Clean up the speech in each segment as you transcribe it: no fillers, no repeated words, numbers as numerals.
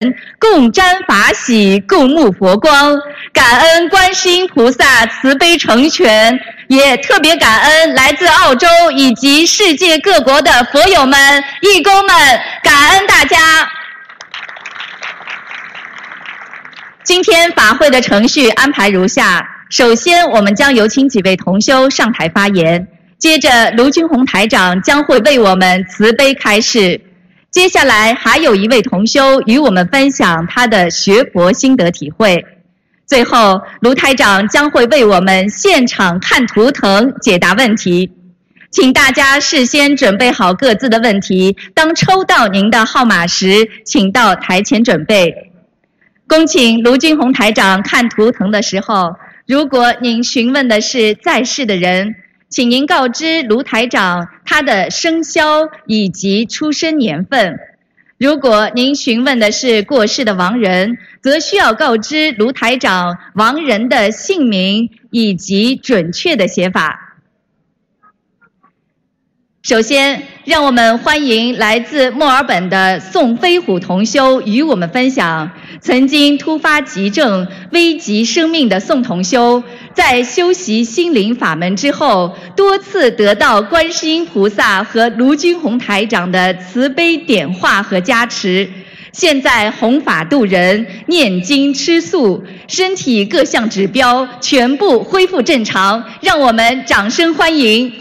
共沾法喜，共沐佛光。感恩观世音菩萨慈悲成全，也特别感恩来自澳洲以及世界各国的佛友们、义工们，感恩大家。今天法会的程序安排如下：首先，我们将有请几位同修上台发言，接着卢军宏台长将会为我们慈悲开示。接下来还有一位同修与我们分享他的学佛心得体会。最后，卢台长将会为我们现场看图腾解答问题。请大家事先准备好各自的问题，当抽到您的号码时，请到台前准备。恭请卢军宏台长看图腾的时候，如果您询问的是在世的人，请您告知卢台长他的生肖以及出生年份。如果您询问的是过世的亡人，则需要告知卢台长亡人的姓名以及准确的写法。首先，让我们欢迎来自墨尔本的宋飞虎同修与我们分享曾经突发急症危及生命的宋同修，在修习心灵法门之后，多次得到观世音菩萨和卢军宏台长的慈悲点化和加持，现在弘法度人、念经吃素，身体各项指标全部恢复正常，让我们掌声欢迎。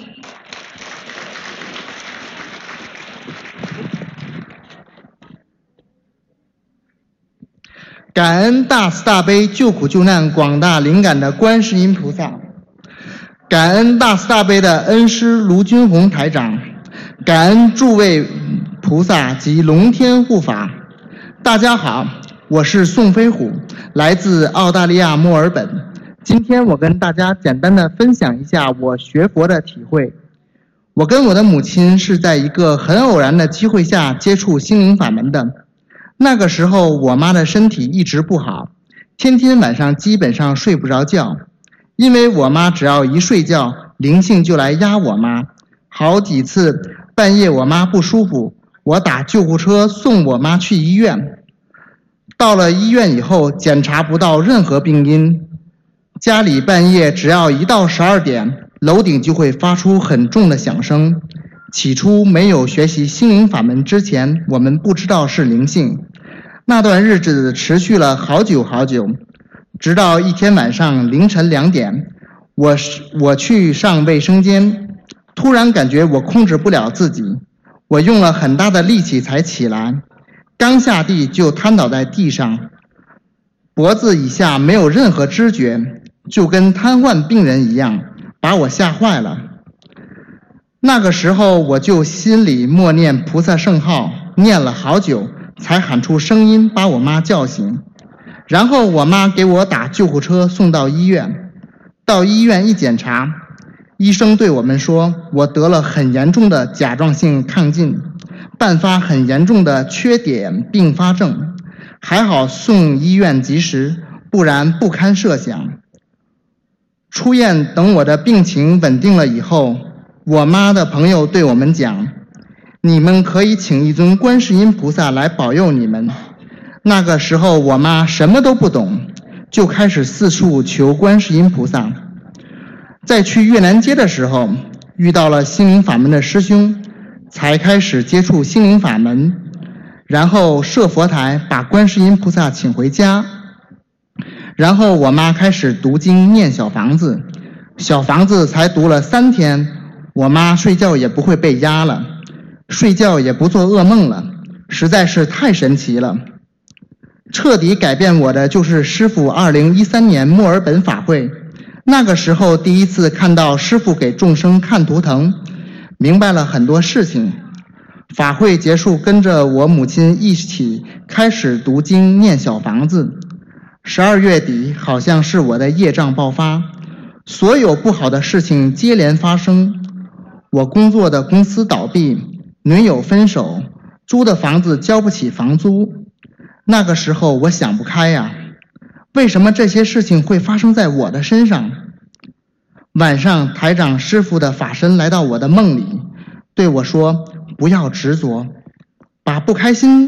感恩大慈大悲救苦救难广大灵感的观世音菩萨，感恩大慈大悲的恩师卢军宏台长，感恩诸位菩萨及龙天护法。大家好，我是宋飞虎，来自澳大利亚墨尔本。今天我跟大家简单的分享一下我学佛的体会。我跟我的母亲是在一个很偶然的机会下接触心灵法门的。那个时候我妈的身体一直不好，天天晚上基本上睡不着觉，因为我妈只要一睡觉，灵性就来压我妈。好几次半夜我妈不舒服，我打救护车送我妈去医院。到了医院以后，检查不到任何病因。家里半夜只要一到12点，楼顶就会发出很重的响声。起初没有学习心灵法门之前，我们不知道是灵性。那段日子持续了好久好久，直到一天晚上凌晨2点，我去上卫生间，突然感觉我控制不了自己，我用了很大的力气才起来，刚下地就瘫倒在地上，脖子以下没有任何知觉，就跟瘫痪病人一样，把我吓坏了。那个时候我就心里默念菩萨圣号，念了好久才喊出声音把我妈叫醒。然后我妈给我打救护车送到医院。到医院一检查，医生对我们说我得了很严重的甲状腺亢进，伴发很严重的缺碘并发症，还好送医院及时，不然不堪设想。出院等我的病情稳定了以后，我妈的朋友对我们讲，你们可以请一尊观世音菩萨来保佑你们。那个时候我妈什么都不懂，就开始四处求观世音菩萨。在去越南街的时候，遇到了心灵法门的师兄，才开始接触心灵法门，然后设佛台把观世音菩萨请回家。然后我妈开始读经念小房子，小房子才读了3天，我妈睡觉也不会被压了，睡觉也不做噩梦了，实在是太神奇了。彻底改变我的就是师父2013年墨尔本法会，那个时候第一次看到师父给众生看图腾，明白了很多事情。法会结束，跟着我母亲一起开始读经念小房子。12月底好像是我的业障爆发，所有不好的事情接连发生。我工作的公司倒闭，女友分手，租的房子交不起房租。那个时候我想不开呀，为什么这些事情会发生在我的身上？晚上台长师父的法身来到我的梦里，对我说，不要执着，把不开心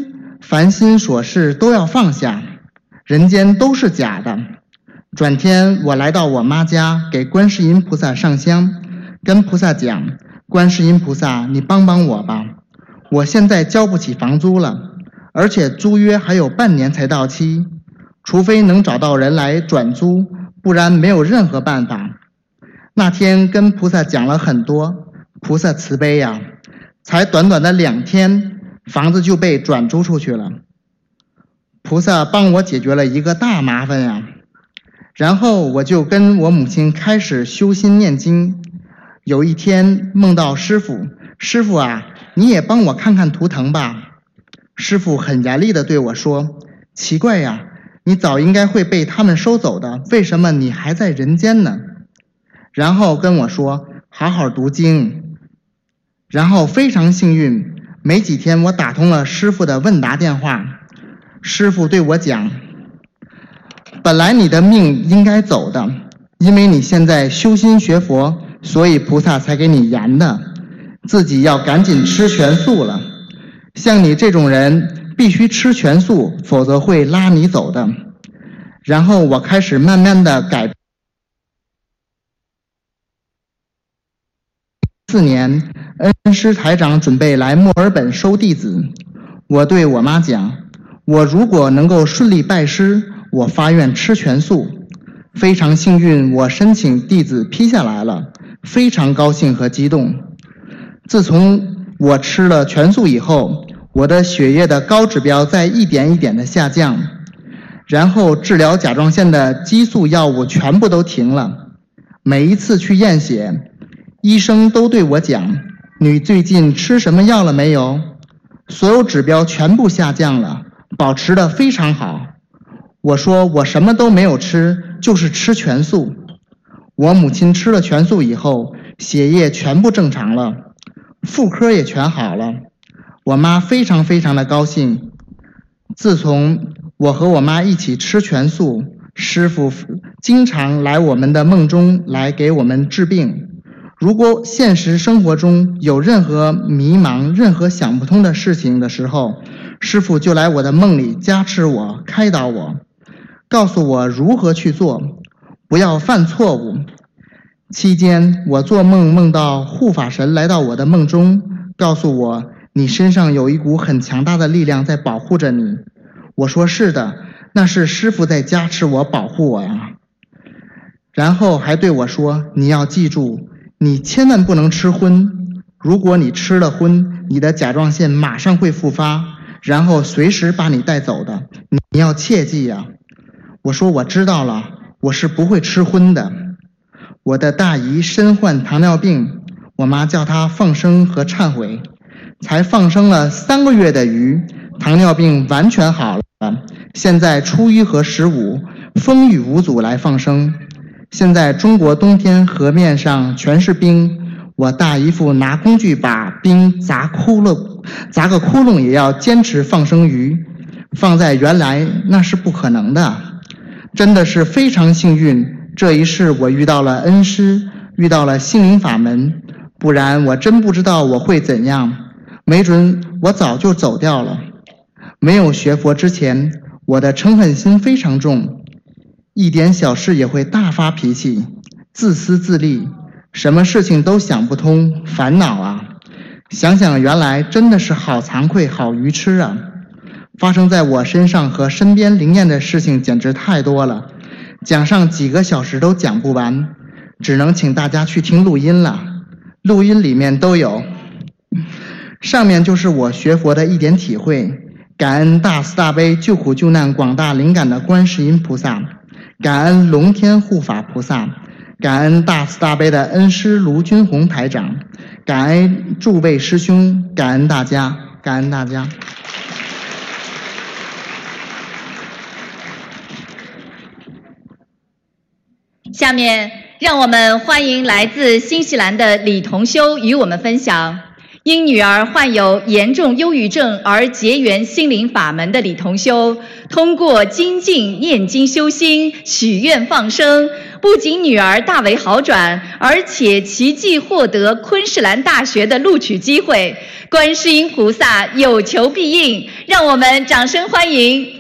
烦心琐事都要放下，人间都是假的。转天我来到我妈家，给观世音菩萨上香，跟菩萨讲，观世音菩萨，你帮帮我吧，我现在交不起房租了，而且租约还有半年才到期，除非能找到人来转租，不然没有任何办法。那天跟菩萨讲了很多，菩萨慈悲呀，才短短的2天，房子就被转租出去了。菩萨帮我解决了一个大麻烦呀。然后我就跟我母亲开始修心念经。有一天梦到师父，师父啊，你也帮我看看图腾吧。师父很严厉地对我说，奇怪呀，你早应该会被他们收走的，为什么你还在人间呢？然后跟我说，好好读经。然后非常幸运，没几天我打通了师父的问答电话。师父对我讲，本来你的命应该走的，因为你现在修心学佛，所以菩萨才给你延的，自己要赶紧吃全素了。像你这种人必须吃全素，否则会拉你走的。然后我开始慢慢的改。4年，恩师台长准备来墨尔本收弟子，我对我妈讲，我如果能够顺利拜师，我发愿吃全素。非常幸运，我申请弟子批下来了，非常高兴和激动。自从我吃了全素以后，我的血液的高指标在一点一点的下降，然后治疗甲状腺的激素药物全部都停了。每一次去验血，医生都对我讲，你最近吃什么药了没有？所有指标全部下降了，保持得非常好。我说我什么都没有吃，就是吃全素。我母亲吃了全素以后，血液全部正常了，妇科也全好了。我妈非常非常的高兴。自从我和我妈一起吃全素，师父经常来我们的梦中来给我们治病。如果现实生活中有任何迷茫、任何想不通的事情的时候，师父就来我的梦里加持我、开导我，告诉我如何去做，不要犯错误。期间我做梦梦到护法神来到我的梦中，告诉我你身上有一股很强大的力量在保护着你。我说是的，那是师父在加持我、保护我呀。然后还对我说，你要记住，你千万不能吃荤，如果你吃了荤，你的甲状腺马上会复发，然后随时把你带走的，你要切记呀。我说我知道了，我是不会吃荤的。我的大姨身患糖尿病，我妈叫她放生和忏悔，才放生了3个月的鱼，糖尿病完全好了。现在初一和15风雨无阻来放生。现在中国冬天河面上全是冰，我大姨夫拿工具把冰砸个窟窿也要坚持放生鱼，放在原来那是不可能的。真的是非常幸运，这一世我遇到了恩师，遇到了心灵法门，不然我真不知道我会怎样，没准我早就走掉了。没有学佛之前，我的嗔恨心非常重，一点小事也会大发脾气，自私自利，什么事情都想不通，烦恼啊。想想原来真的是好惭愧，好愚痴啊。发生在我身上和身边灵验的事情简直太多了，讲上几个小时都讲不完，只能请大家去听录音了，录音里面都有。上面就是我学佛的一点体会，感恩大慈大悲救苦救难广大灵感的观世音菩萨，感恩龙天护法菩萨，感恩大慈大悲的恩师卢军宏台长，感恩诸位师兄，感恩大家，感恩大家。 下面让我们欢迎来自新西兰的李同修与我们分享因女儿患有严重忧郁症而结缘心灵法门的李同修，通过精进念经修心、许愿放生，不仅女儿大为好转，而且奇迹获得昆士兰大学的录取机会。观世音菩萨有求必应，让我们掌声欢迎。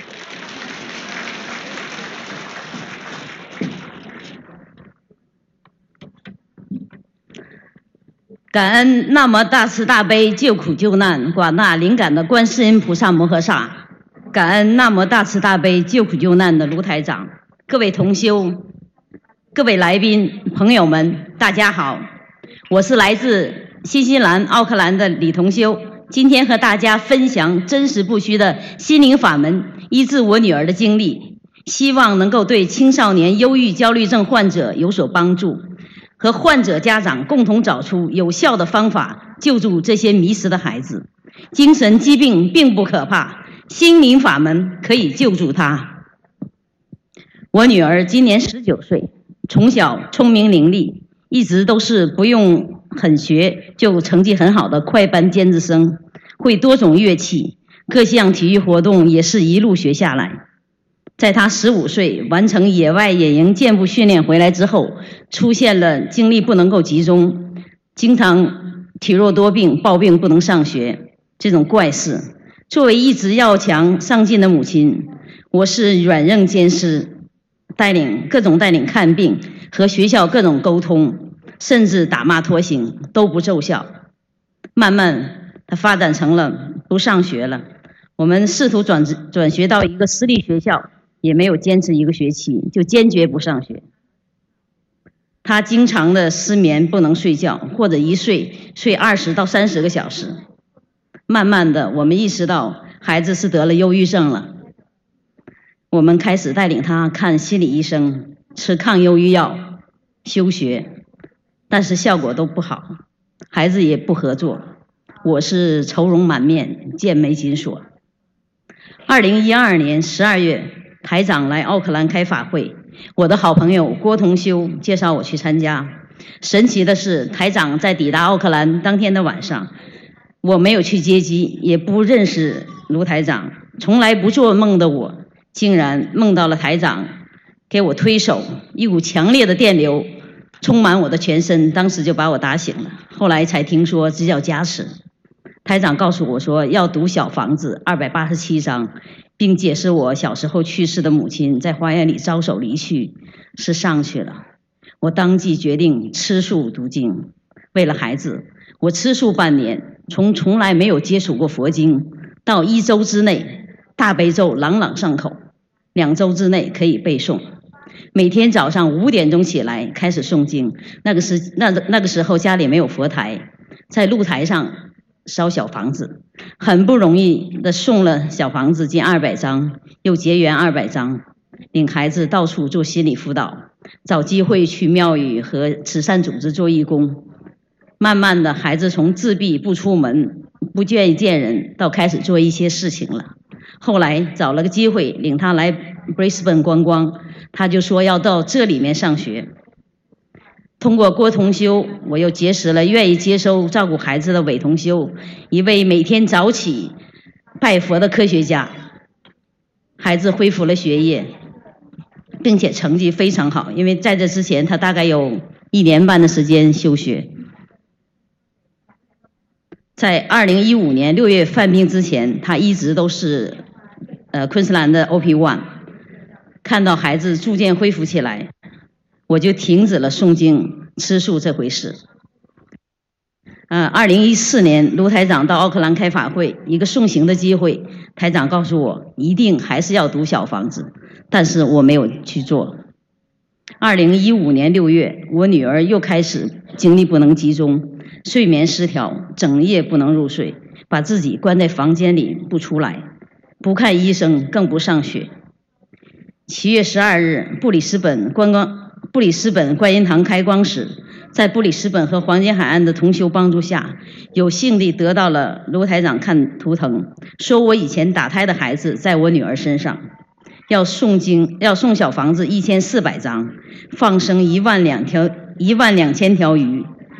感恩那么大慈大悲救苦救难广大灵感的观世音菩萨摩诃萨，感恩那么大慈大悲救苦救难的卢台长，各位同修，各位来宾朋友们，大家好，我是来自新西兰奥克兰的李同修，今天和大家分享真实不虚的心灵法门医治我女儿的经历，希望能够对青少年忧郁焦虑症患者有所帮助，和患者家长共同找出有效的方法救助这些迷失的孩子。精神疾病并不可怕，心灵法门可以救助他。我女儿今年19岁，从小聪明伶俐，一直都是不用很学就成绩很好的快班尖子生，会多种乐器，各项体育活动也是一路学下来。在他15岁完成野外野营健步训练回来之后，出现了精力不能够集中，经常体弱多病、抱病不能上学这种怪事。作为一直要强上进的母亲，我是软硬兼施，带领看病，和学校各种沟通，甚至打骂拖行都不奏效。慢慢他发展成了不上学了，我们试图转学到一个私立学校，也没有坚持1个学期，就坚决不上学。他经常的失眠，不能睡觉，或者一睡20到30个小时。慢慢的，我们意识到孩子是得了忧郁症了。我们开始带领他看心理医生，吃抗忧郁药，休学，但是效果都不好，孩子也不合作，我是愁容满面，剑眉紧锁。2012年12月，台长来奥克兰开法会，我的好朋友郭同修介绍我去参加。神奇的是，台长在抵达奥克兰当天的晚上，我没有去接机，也不认识卢台长，从来不做梦的我，竟然梦到了台长给我推手，一股强烈的电流充满我的全身，当时就把我打醒了。后来才听说这叫加持。台长告诉我说要读小房子287章，并解释我小时候去世的母亲在花园里招手离去，是上去了。我当即决定吃素读经。为了孩子，我吃素半年，从来没有接触过佛经，到1周之内大悲咒朗朗上口，2周之内可以背诵。每天早上5点钟起来开始诵经，那个时候家里没有佛台，在露台上烧小房子，很不容易的诵了小房子近200章，又结缘200章，领孩子到处做心理辅导，找机会去庙宇和慈善组织做义工。慢慢的，孩子从自闭不出门，不愿意见人，到开始做一些事情了。后来找了个机会领他来 Brisbane 观光，他就说要到这里面上学。通过郭同修，我又结识了愿意接收照顾孩子的韦同修，一位每天早起拜佛的科学家。孩子恢复了学业，并且成绩非常好，因为在这之前他大概有1年半的时间休学。在2015年6月犯病之前，他一直都是昆士兰的 OP1。看到孩子逐渐恢复起来，我就停止了诵经吃素这回事。2014年卢台长到奥克兰开法会，一个送行的机会，台长告诉我一定还是要读小房子，但是我没有去做。2015年6月，我女儿又开始精力不能集中，睡眠失调，整夜不能入睡，把自己关在房间里不出来，不看医生，更不上学。7月12日，布里斯本观音堂开光时，在布里斯本和黄金海岸的同修帮助下，有幸地得到了卢台长看图腾，说我以前打胎的孩子在我女儿身上，要送小房子1400张，放生12000条鱼。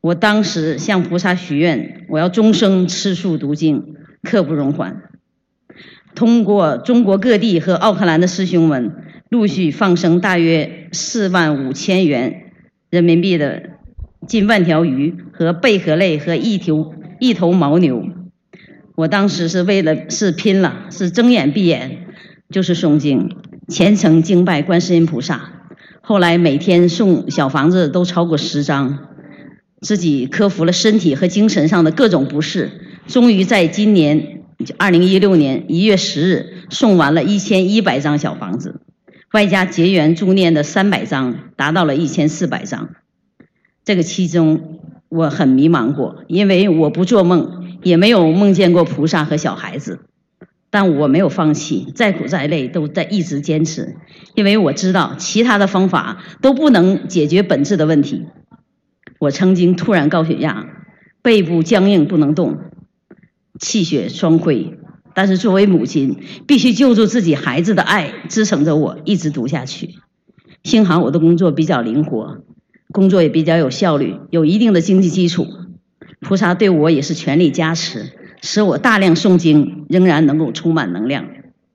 我当时向菩萨许愿，我要终生吃素读经，刻不容缓。通过中国各地和奥克兰的师兄们陆续放生大约45000元人民币的近万条鱼和贝壳类和一头牦牛。我当时是拼了，是睁眼闭眼就是诵经，虔诚敬拜观世音菩萨。后来每天诵小房子都超过10张，自己克服了身体和精神上的各种不适，终于在今年2016年1月10日诵完了1100张小房子，外加结缘助念的300张，达到了1400张。这个其中我很迷茫过，因为我不做梦，也没有梦见过菩萨和小孩子，但我没有放弃，再苦再累都在一直坚持，因为我知道其他的方法都不能解决本质的问题。我曾经突然高血压，背部僵硬不能动，气血双亏，但是作为母亲必须救助自己孩子的爱支撑着我一直读下去。幸好我的工作比较灵活，工作也比较有效率，有一定的经济基础，菩萨对我也是全力加持，使我大量诵经仍然能够充满能量。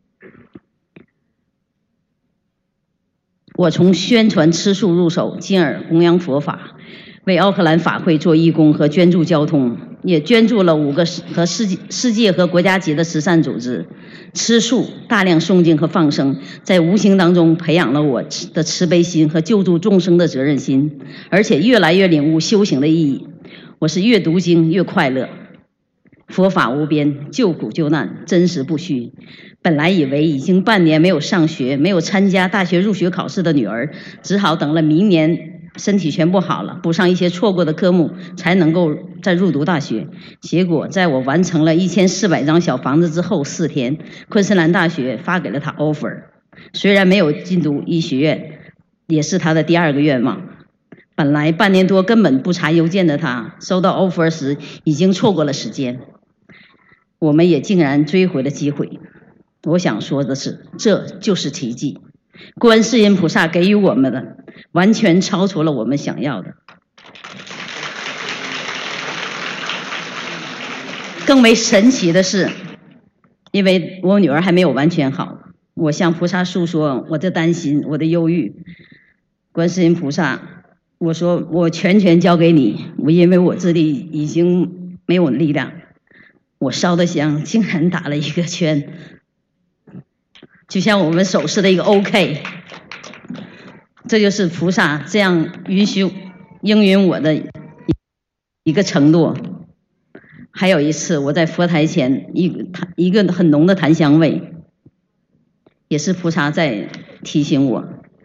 我从宣传吃素入手，进而弘扬佛法，为奥克兰法会做义工和捐助交通，也捐助了5个和世界和国家级的慈善组织。吃素、大量诵经和放生，在无形当中培养了我的慈悲心和救助众生的责任心，而且越来越领悟修行的意义。我是越读经越快乐。佛法无边，救苦救难，真实不虚。本来以为已经半年没有上学，没有参加大学入学考试的女儿，只好等了明年身体全部好了，补上一些错过的科目，才能够再入读大学。结果在我完成了1400张小房子之后4天，昆士兰大学发给了他 offer。 虽然没有进读医学院，也是他的第2个愿望。本来半年多根本不查邮件的他，收到 offer 时已经错过了时间，我们也竟然追回了机会。我想说的是，这就是奇迹，观世音菩萨给予我们的完全超出了我们想要的。更为神奇的是，因为我女儿还没有完全好，我向菩萨诉说我的担心，我的忧郁。观世音菩萨，我说我全权交给你，因为我这里已经没有力量。我烧的香竟然打了一个圈，就像我们手势的一个 OK。 这就是菩萨这样应允我的一个承诺。还有一次我在佛台前，一个很浓的檀香味，也是菩萨在提醒我，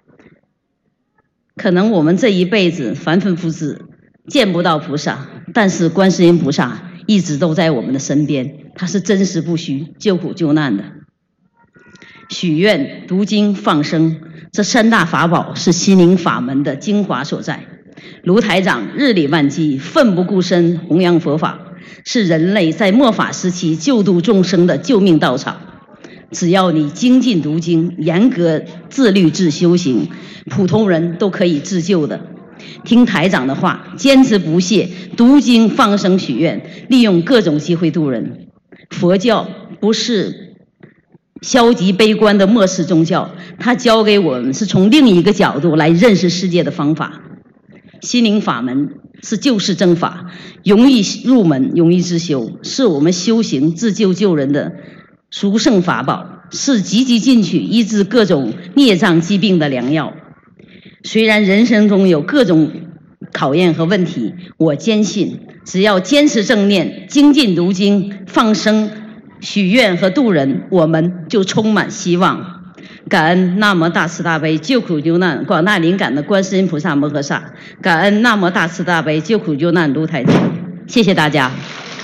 可能我们这一辈子凡夫俗子见不到菩萨，但是观世音菩萨一直都在我们的身边，他是真实不虚，救苦救难的。许愿、读经、放生，这3大法宝是心灵法门的精华所在。卢台长日理万机，奋不顾身弘扬佛法，是人类在末法时期救度众生的救命稻草。只要你精进读经，严格自律自修行，普通人都可以自救的。听台长的话，坚持不懈读经、放生、许愿，利用各种机会度人。佛教不是消极悲观的末世宗教，它教给我们是从另一个角度来认识世界的方法。心灵法门是救世正法，容易入门，容易自修，是我们修行自救救人的殊胜法宝，是积极进取医治各种孽障疾病的良药。虽然人生中有各种考验和问题，我坚信只要坚持正念，精进读经、放生、许愿和度人，我们就充满希望。感恩南无大慈大悲救苦救难广大灵感的观世音菩萨摩诃萨，感恩南无大慈大悲救苦救难卢台长。谢谢大家。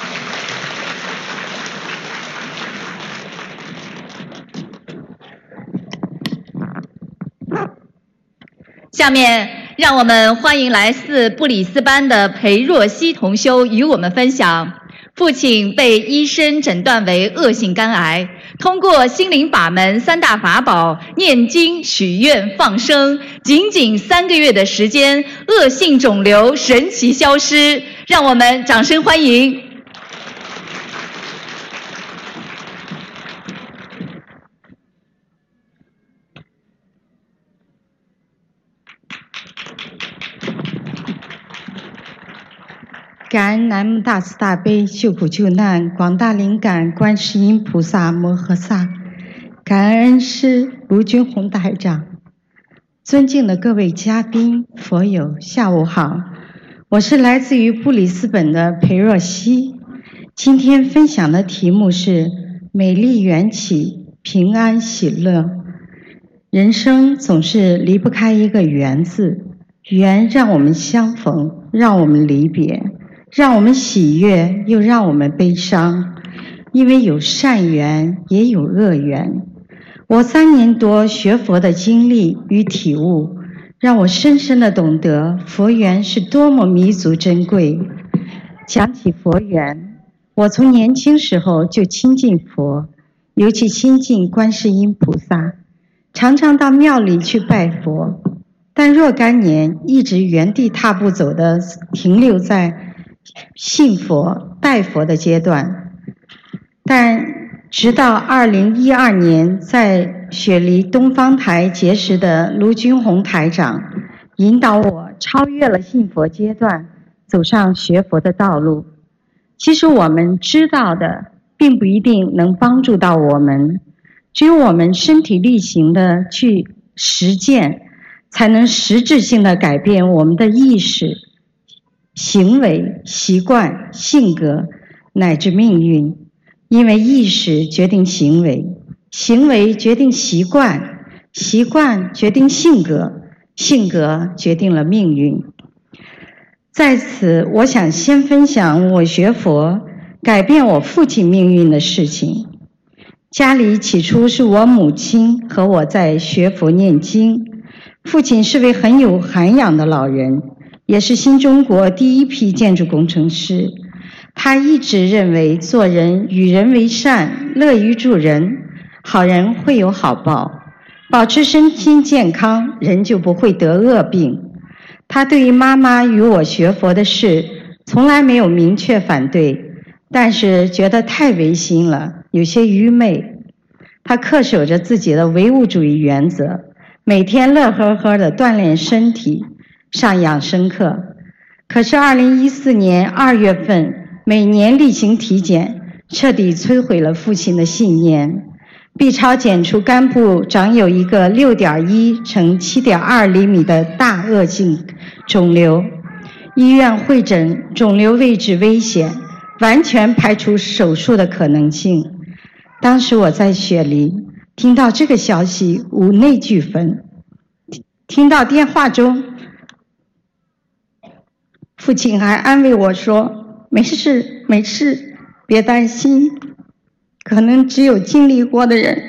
下面让我们欢迎来自布里斯班的裴若曦同修与我们分享，父亲被医生诊断为恶性肝癌， 通过心灵法门三大法宝念经、许愿、放生，仅仅3个月的时间，恶性肿瘤神奇消失。让我们掌声欢迎。 感恩南无大慈大悲救苦救难广大灵感观世音菩萨摩诃萨，感恩恩师卢军宏台长，尊敬的各位嘉宾佛友，下午好，我是来自于布里斯本的裴若曦。今天分享的题目是美丽缘起，平安喜乐。人生总是离不开一个缘字，缘让我们相逢，让我们离别，让我们喜悦，又让我们悲伤，因为有善缘，也有恶缘。我3年多学佛的经历与体悟，让我深深地懂得佛缘是多么弥足珍贵。讲起佛缘，我从年轻时候就亲近佛，尤其亲近观世音菩萨，常常到庙里去拜佛，但若干年一直原地踏步走的停留在信佛、拜佛的阶段，但直到2012年在雪梨东方台结识的卢军宏台长，引导我超越了信佛阶段，走上学佛的道路。其实我们知道的并不一定能帮助到我们，只有我们身体力行的去实践，才能实质性的改变我们的意识、行为、习惯、性格乃至命运。因为意识决定行为，行为决定习惯，习惯决定性格，性格决定了命运。在此，我想先分享我学佛改变我父亲命运的事情。家里起初是我母亲和我在学佛念经，父亲是位很有涵养的老人，也是新中国第一批建筑工程师。他一直认为做人与人为善，乐于助人，好人会有好报，保持身心健康，人就不会得恶病。他对于妈妈与我学佛的事从来没有明确反对，但是觉得太违心了，有些愚昧。他恪守着自己的唯物主义原则，每天乐呵呵地锻炼身体，上养生课。可是2014年2月份，每年例行体检彻底摧毁了父亲的信念。B 超检出肝部长有一个6.1乘7.2厘米的大恶性肿瘤，医院会诊肿瘤位置危险，完全排除手术的可能性。当时我在雪梨，听到这个消息五内俱焚。听到电话中父亲还安慰我说，没事没事，别担心，可能只有经历过的人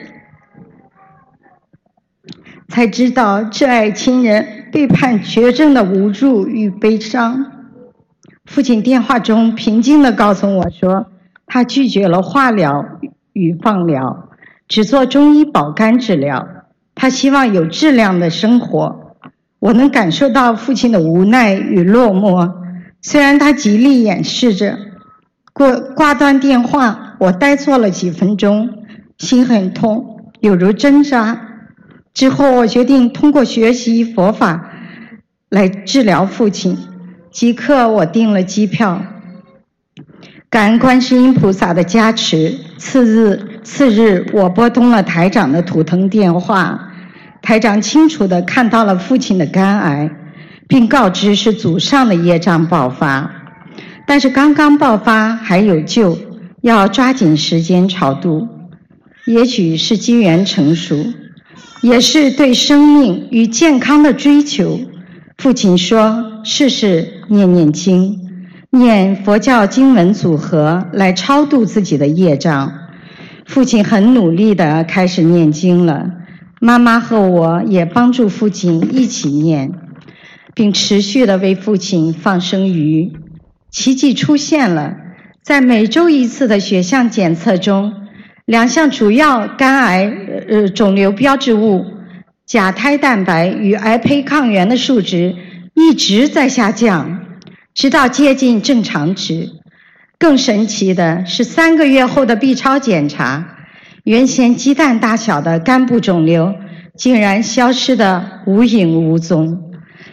才知道挚爱亲人背叛绝症的无助与悲伤。父亲电话中平静地告诉我说，他拒绝了化疗与放疗，只做中医保肝治疗，他希望有质量的生活。我能感受到父亲的无奈与落寞，虽然他极力掩饰着。挂断电话，我呆坐了几分钟，心很痛，有如针扎。之后我决定通过学习佛法来治疗父亲，即刻我订了机票。感恩观世音菩萨的加持，次日我拨通了台长的图腾电话，台长清楚地看到了父亲的肝癌，并告知是祖上的业障爆发，但是刚刚爆发还有救，要抓紧时间超度。也许是机缘成熟，也是对生命与健康的追求。父亲说，试试念念经，念佛教经文组合来超度自己的业障。父亲很努力地开始念经了，妈妈和我也帮助父亲一起念，并持续地为父亲放生鱼。奇迹出现了，在每周1次的血象检测中， 2项主要肝癌肿瘤标志物甲胎蛋白与癌胚抗原的数值一直在下降，直到接近正常值。更神奇的是，3个月后的 B 超检查，原先鸡蛋大小的肝部肿瘤竟然消失得无影无踪。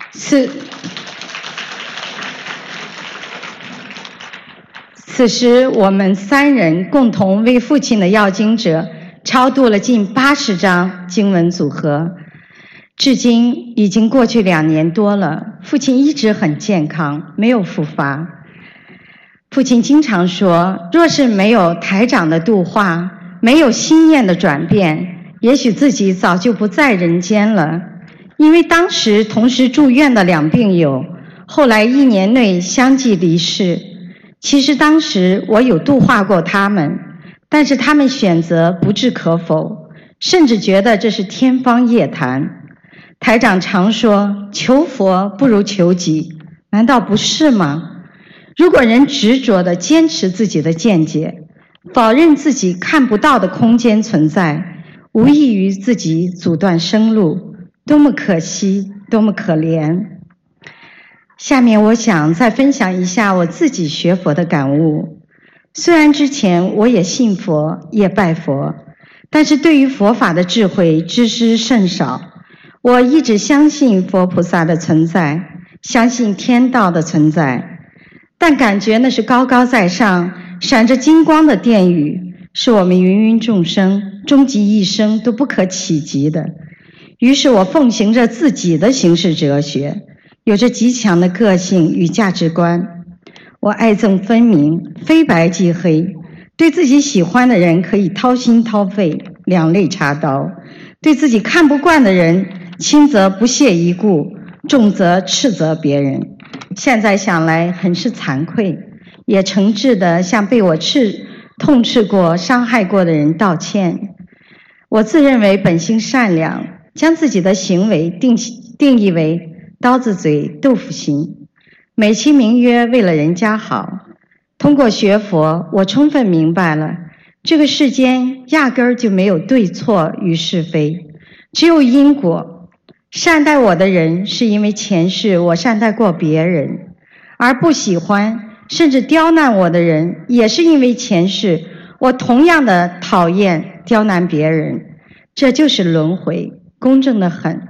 此时，我们3人共同为父亲的要经者超度了近80张经文组合。至今已经过去2年多了，父亲一直很健康，没有复发。父亲经常说，若是没有台长的度化，没有心念的转变，也许自己早就不在人间了。因为当时同时住院的2病友，后来1年内相继离世。其实当时我有度化过他们，但是他们选择不置可否，甚至觉得这是天方夜谭。台长常说，求佛不如求己，难道不是吗？如果人执着地坚持自己的见解，否认自己看不到的空间存在，无异于自己阻断生路，多么可惜，多么可怜。下面我想再分享一下我自己学佛的感悟。虽然之前我也信佛，也拜佛，但是对于佛法的智慧知识甚少。我一直相信佛菩萨的存在，相信天道的存在，但感觉那是高高在上，闪着金光的殿宇，是我们芸芸众生终极一生都不可企及的。于是我奉行着自己的行事哲学，有着极强的个性与价值观。我爱憎分明，非白即黑，对自己喜欢的人可以掏心掏肺，两肋插刀，对自己看不惯的人，轻则不屑一顾，重则斥责别人。现在想来很是惭愧，也诚挚地向被我痛斥过、伤害过的人道歉。我自认为本性善良，将自己的行为定义为刀子嘴豆腐心，美其名曰为了人家好。通过学佛，我充分明白了，这个世间压根儿就没有对错与是非，只有因果。善待我的人，是因为前世我善待过别人，而不喜欢甚至刁难我的人，也是因为前世我同样的讨厌刁难别人。这就是轮回，公正得很。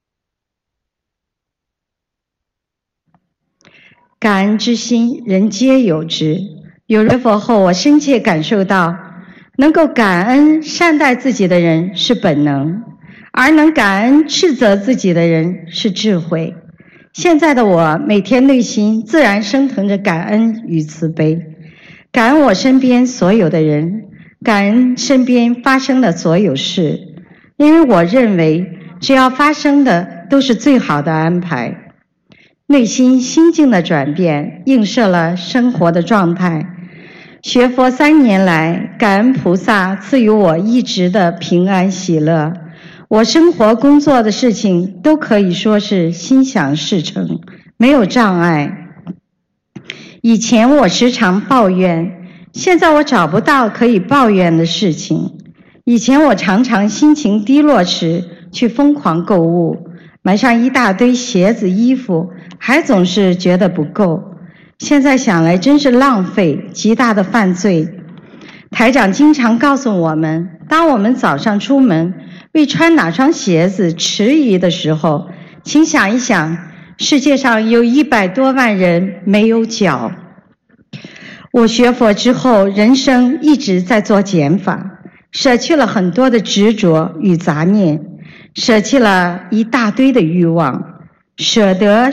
感恩之心，人皆有之。有了佛后，我深切感受到，能够感恩善待自己的人是本能，而能感恩斥责自己的人是智慧。现在的我，每天内心自然升腾着感恩与慈悲，感恩我身边所有的人，感恩身边发生的所有事，因为我认为，只要发生的都是最好的安排。内心心境的转变，映射了生活的状态。学佛3年来，感恩菩萨赐予我一直的平安喜乐。我生活工作的事情都可以说是心想事成，没有障碍。以前我时常抱怨，现在我找不到可以抱怨的事情。以前我常常心情低落时去疯狂购物，买上一大堆鞋子衣服，还总是觉得不够。现在想来真是浪费，极大的犯罪。台长经常告诉我们，当我们早上出门为穿哪双鞋子迟疑的时候，请想一想，世界上有100多万人没有脚。我学佛之后，人生一直在做减法，舍弃了很多的执着与杂念，舍弃了一大堆的欲望，舍得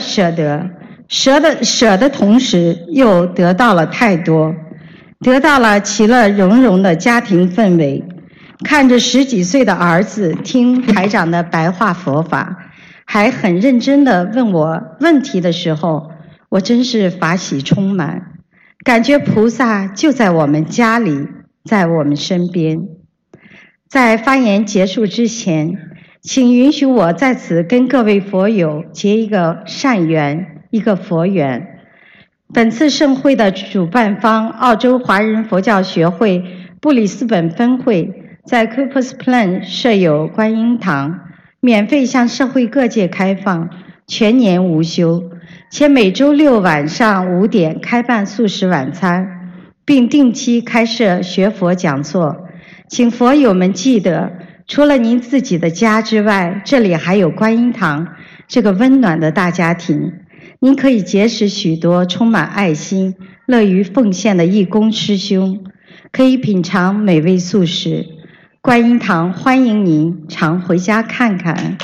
同时又得到了太多，得到了其乐融融的家庭氛围，看着10几岁的儿子听台长的白话佛法，还很认真地问我问题的时候，我真是法喜充满，感觉菩萨就在我们家里，在我们身边。在发言结束之前，请允许我在此跟各位佛友结一个善缘，一个佛缘。本次盛会的主办方澳洲华人佛教学会布里斯本分会在 Coopers Plain 设有观音堂，免费向社会各界开放，全年无休，且每周六晚上5点开办素食晚餐，并定期开设学佛讲座。请佛友们记得，除了您自己的家之外，这里还有观音堂这个温暖的大家庭。您可以结识许多充满爱心、乐于奉献的义工师兄，可以品尝美味素食。观音堂欢迎您常回家看看。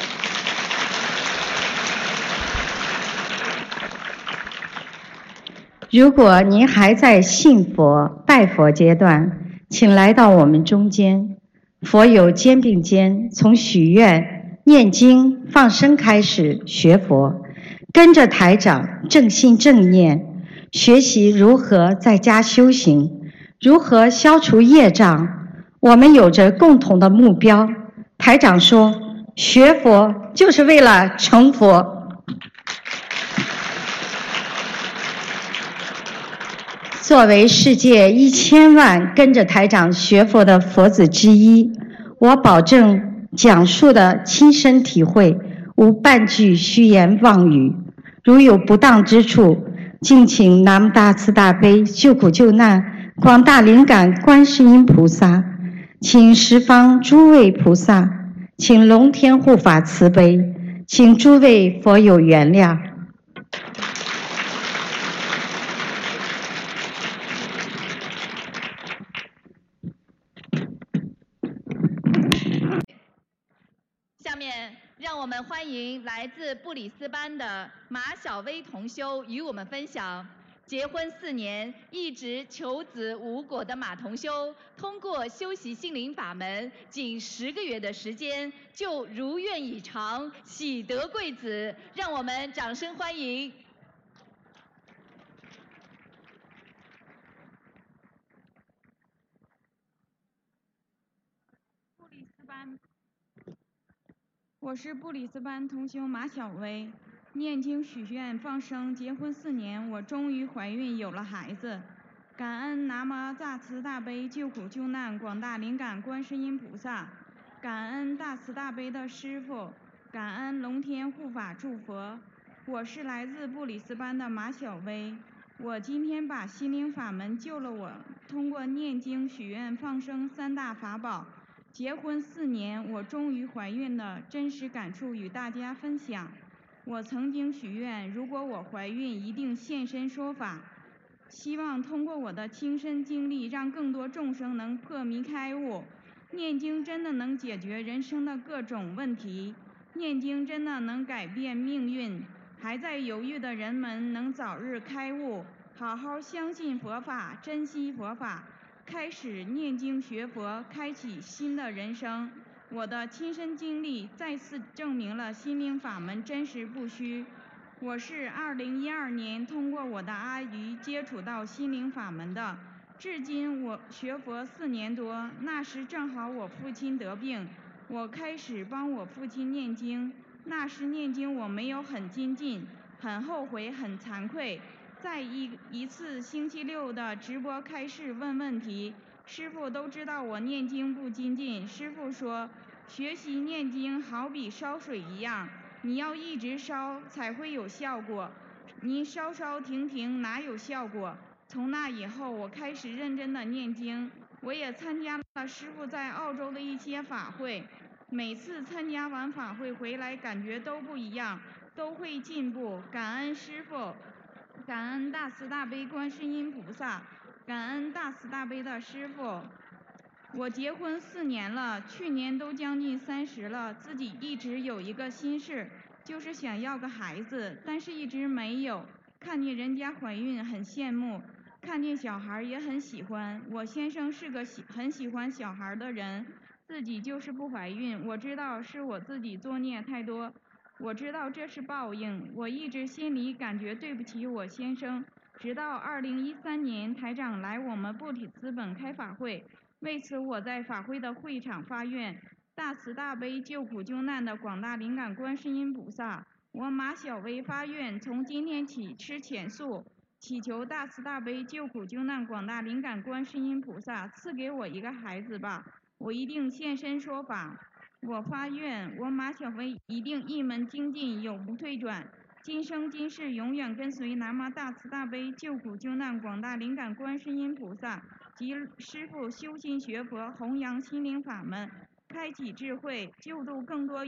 如果您还在信佛、拜佛阶段，请来到我们中间，佛友肩并肩，从许愿、念经、放生开始学佛，跟着台长正信正念，学习如何在家修行，如何消除业障。我们有着共同的目标。台长说，学佛就是为了成佛。作为世界1000万跟着台长学佛的佛子之一，我保证讲述的亲身体会，无半句虚言妄语。如有不当之处，敬请南无大慈大悲救苦救难广大灵感观世音菩萨，请十方诸位菩萨，请龙天护法慈悲，请诸位佛友原谅。 下面让我们欢迎来自布里斯班的马小薇同修与我们分享，结婚4年一直求子无果的马同修，通过修习心灵法门，仅10个月的时间就如愿以偿，喜得贵子。让我们掌声欢迎。 布里斯班。我是布里斯班同修马小薇，念经许愿放生，结婚4年，我终于怀孕有了孩子。感恩南无大慈大悲救苦救难广大灵感观世音菩萨，感恩大慈大悲的师父，感恩龙天护法祝佛。我是来自布里斯班的马小薇，我今天把心灵法门救了我，通过念经许愿放生3大法宝。结婚4年，我终于怀孕了，真实感触与大家分享。我曾经许愿，如果我怀孕，一定现身说法，希望通过我的亲身经历，让更多众生能破迷开悟。念经真的能解决人生的各种问题，念经真的能改变命运。还在犹豫的人们能早日开悟，好好相信佛法，珍惜佛法。开始念经学佛，开启新的人生。我的亲身经历再次证明了心灵法门真实不虚。我是2012年通过我的阿姨接触到心灵法门的，至今我学佛4年多。那时正好我父亲得病，我开始帮我父亲念经。那时念经我没有很精进，很后悔，很惭愧。在一次星期6的直播开示问问题，师父都知道我念经不精进。师父说，学习念经好比烧水一样，你要一直烧才会有效果，你烧烧停停哪有效果？从那以后，我开始认真的念经，我也参加了师父在澳洲的一些法会。每次参加完法会回来，感觉都不一样，都会进步。感恩师父。感恩大慈大悲观世音菩萨，感恩大慈大悲的师父。我结婚4年了，去年都将近30了，自己一直有一个心事，就是想要个孩子，但是一直没有。看见人家怀孕很羡慕，看见小孩也很喜欢。我先生是个很喜欢小孩的人，自己就是不怀孕。我知道是我自己作孽太多，我知道这是报应，我一直心里感觉对不起我先生。直到2013年台长来我们布里斯本开法会，为此我在法会的会场发愿，大慈大悲救苦救难的广大灵感观世音菩萨，我马小薇发愿，从今天起吃全素， 祈求大慈大悲救苦救难广大灵感观世音菩萨赐给我一个孩子吧，我一定现身说法。我发愿，我马小薇一定一门精进，永不退转，今生今世永远跟随南无大慈大悲救苦救难广大灵感观世音菩萨及师父修心学佛，弘扬心灵法门，开启智慧，救度更多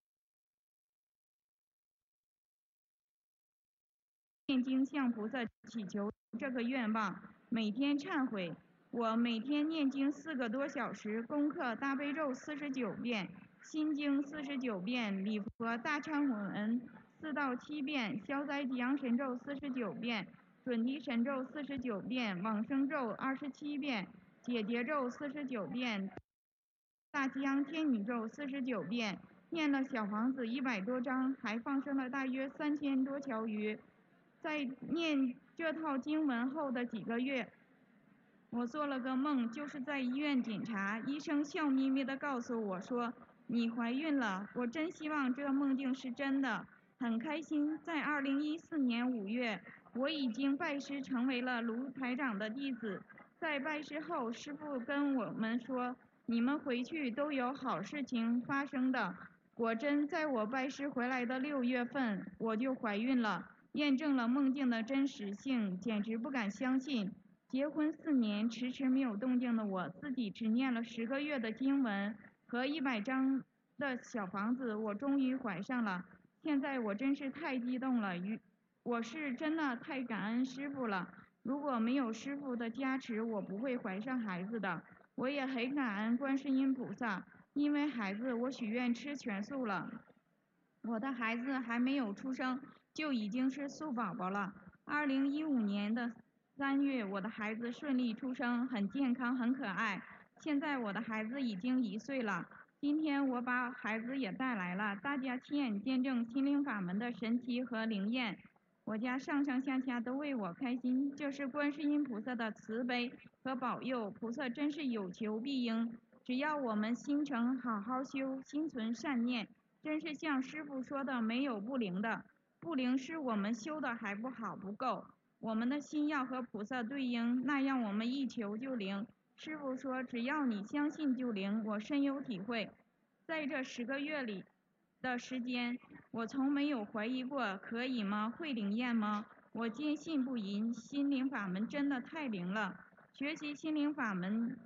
念经向菩萨祈求这个愿望，每天忏悔。我每天念经4个多小时，功课大悲咒49遍，心经49遍，礼佛大忏悔文4到7遍，消灾吉祥神咒49遍，准提神咒49遍，往生咒27遍，解结咒49遍，大吉祥天女咒49遍，念了小房子100多张，还放生了大约3000多条鱼。在念这套经文后的几个月，我做了个梦，就是在医院检查，医生笑眯眯地告诉我说你怀孕了。我真希望这梦境是真的，很开心。在2014年5月，我已经拜师成为了卢台长的弟子。在拜师后，师父跟我们说，你们回去都有好事情发生的。果真在我拜师回来的6月份，我就怀孕了，验证了梦境的真实性，简直不敢相信。结婚4年，迟迟没有动静的我，自己只念了10个月的经文和100张的小房子，我终于怀上了。现在我真是太激动了，我是真的太感恩师父了。如果没有师父的加持，我不会怀上孩子的。我也很感恩观世音菩萨，因为孩子我许愿吃全素了。我的孩子还没有出生，就已经是素宝宝了。2015年的3月，我的孩子顺利出生，很健康，很可爱。现在我的孩子已经1岁了。今天我把孩子也带来了，大家亲眼见证心灵法门的神奇和灵验。我家上上下下都为我开心，这是观世音菩萨的慈悲和保佑，菩萨真是有求必应。只要我们心诚，好好修，心存善念，真是像师父说的，没有不灵的。不灵是我们修的还不好，不够。我们的心要和菩萨对应，那样我们一求就灵。师父说，只要你相信就灵，我深有体会。在这10个月里的时间，我从没有怀疑过可以吗？会灵验吗？我坚信不疑，心灵法门真的太灵了。学习心灵法门，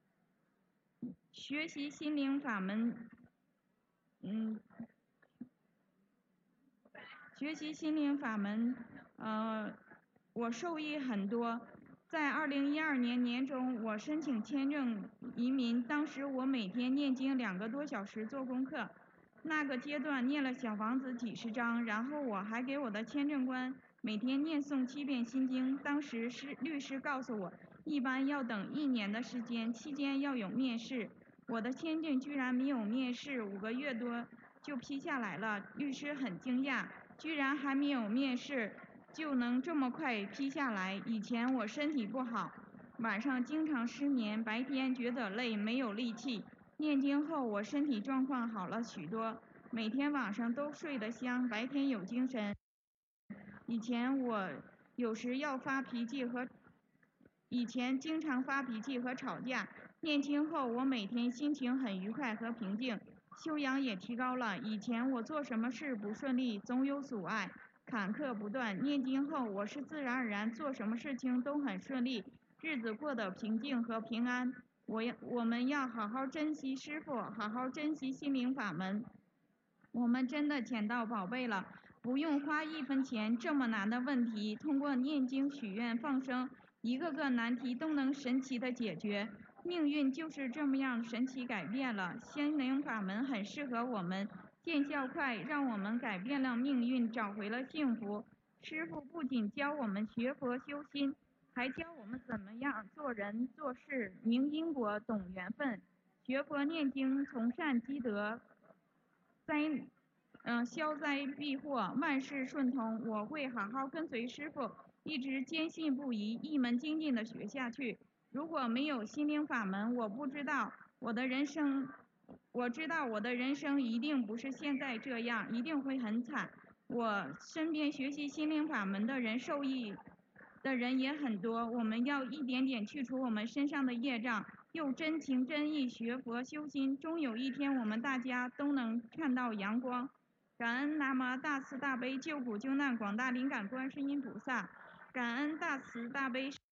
学习心灵法门我受益很多。在2012年年中，我申请签证移民，当时我每天念经2个多小时做功课，那个阶段念了小房子几十张，然后我还给我的签证官每天念诵7遍心经。当时律师告诉我，一般要等1年的时间，期间要有面试。我的签证居然没有面试，5个月多就批下来了，律师很惊讶，居然还没有面试就能这么快批下来。以前我身体不好，晚上经常失眠，白天觉得累，没有力气。念经后我身体状况好了许多，每天晚上都睡得香，白天有精神。以前经常发脾气和吵架，念经后我每天心情很愉快和平静，修养也提高了。以前我做什么事不顺利，总有阻碍，坎坷不断。念经后我是自然而然，做什么事情都很顺利，日子过得平静和平安。我们要好好珍惜师父，好好珍惜心灵法门。我们真的捡到宝贝了，不用花1分钱，这么难的问题，通过念经许愿放生，一个个难题都能神奇的解决。命运就是这么样神奇改变了。心灵法门很适合我们，见效快，让我们改变了命运，找回了幸福。师父不仅教我们学佛修心，还教我们怎么样做人做事，明因果，懂缘分。学佛念经，从善积德，消灾避祸，万事顺通。我会好好跟随师父，一直坚信不疑，一门精进的学下去。如果没有心灵法门，我知道我的人生一定不是现在这样，一定会很惨。我身边学习心灵法门的人受益的人也很多，我们要一点点去除我们身上的业障，又真情真意学佛修心，终有一天我们大家都能看到阳光。感恩南无大慈大悲救苦救难广大灵感观世音菩萨，感恩大慈大悲